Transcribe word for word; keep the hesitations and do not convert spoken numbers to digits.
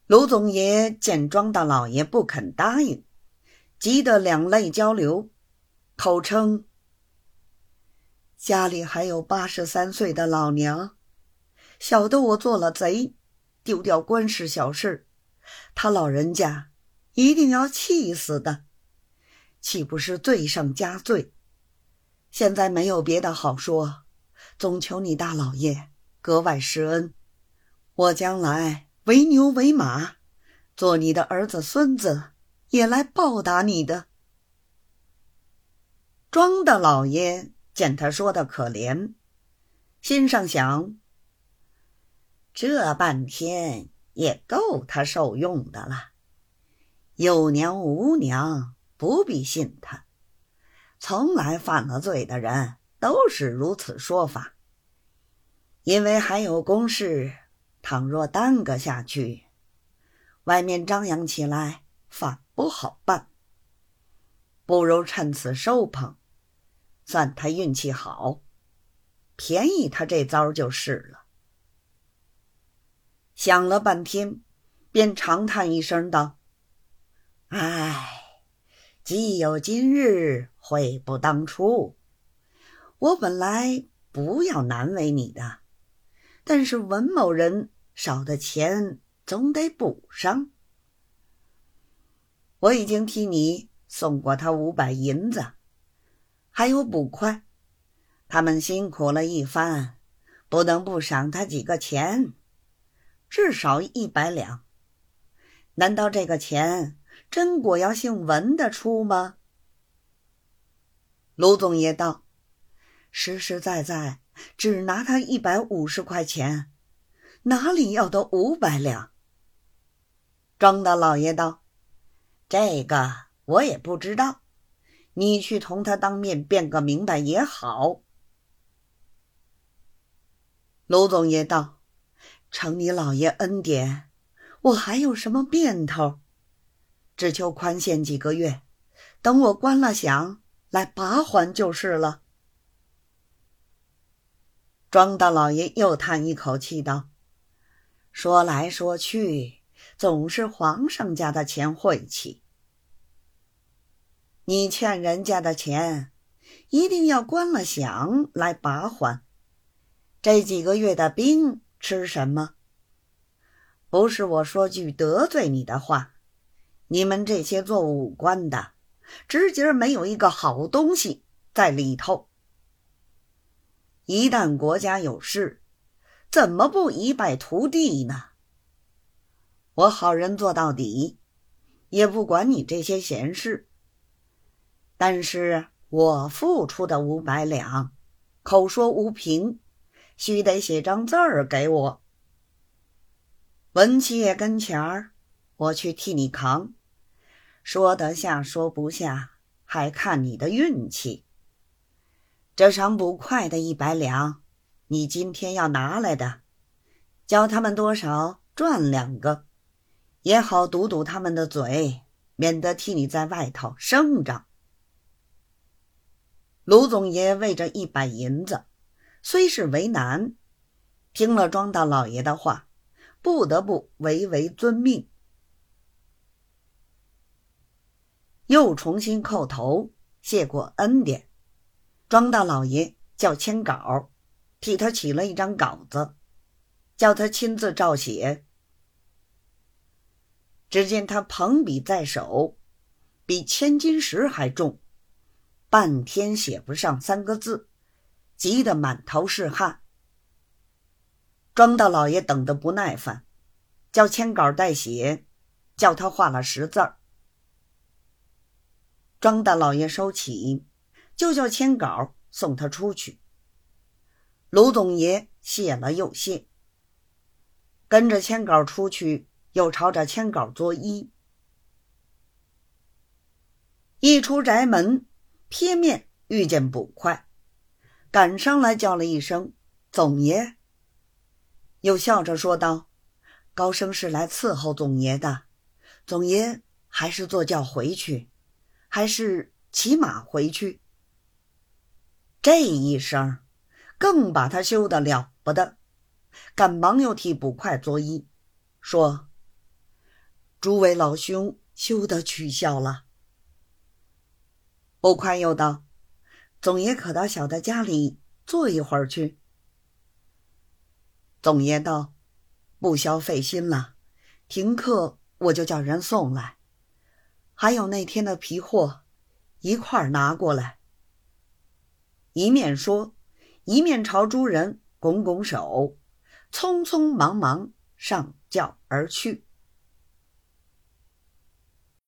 卢总爷见庄大老爷不肯答应，急得两泪交流，口称家里还有八十三岁的老娘，晓得我做了贼，丢掉官事小事，他老人家一定要气死的，岂不是罪上加罪？现在没有别的好说，总求你大老爷格外施恩，我将来为牛为马，做你的儿子孙子，也来报答你的。庄大老爷见他说的可怜，心上想，这半天也够他受用的了，有娘无娘不必信他，从来犯了罪的人都是如此说法，因为还有公事，倘若耽搁下去，外面张扬起来反不好办，不如趁此收捧，算他运气好，便宜他这遭就是了。想了半天，便长叹一声道，唉，既有今日，悔不当初。我本来不要难为你的，但是文某人少的钱总得补上。我已经替你送过他五百银子，还有捕快，他们辛苦了一番，不能不赏他几个钱，至少一百两。难道这个钱真果要姓文的出吗？卢总爷道，实实在在只拿他一百五十块钱，哪里要得五百两？庄大老爷道，这个我也不知道，你去同他当面辩个明白也好。卢总爷道，承你老爷恩典，我还有什么变头？只求宽限几个月，等我关了饷来拔还就是了。庄大老爷又叹一口气道，说来说去，总是皇上家的钱晦气。你欠人家的钱，一定要关了饷来拔还。这几个月的兵吃什么？不是我说句得罪你的话，你们这些做武官的，直接没有一个好东西在里头。一旦国家有事，怎么不一败涂地呢？我好人做到底，也不管你这些闲事。但是我付出的五百两，口说无凭，须得写张字儿给我。文七爷跟前儿，我去替你扛，说得下说不下，还看你的运气。这赏捕快的一百两，你今天要拿来的，教他们多少赚两个，也好堵堵他们的嘴，免得替你在外头声张。卢总爷为这一百银子，虽是为难，听了庄大老爷的话，不得不唯唯遵命。又重新叩头谢过恩典，庄大老爷叫签稿，替他起了一张稿子，叫他亲自照写。只见他捧笔在手，比千斤石还重，半天写不上三个字，急得满头是汗。庄大老爷等得不耐烦，叫签稿代写，叫他画了十字儿。庄大老爷收起，就叫签稿送他出去。卢总爷谢了又谢，跟着签稿出去，又朝着签稿作揖。一出宅门，贴面遇见捕快，赶上来叫了一声总爷，又笑着说道，高升是来伺候总爷的，总爷还是坐轿回去，还是骑马回去？这一声更把他羞得了不得，赶忙又替捕快作揖，说， 诸位老兄休得取笑了。捕快又道：总爷可到小的家里坐一会儿去。总爷道：不消费心了，停课我就叫人送来，还有那天的皮货一块儿拿过来。一面说，一面朝诸人拱拱手，匆匆忙忙上轿而去。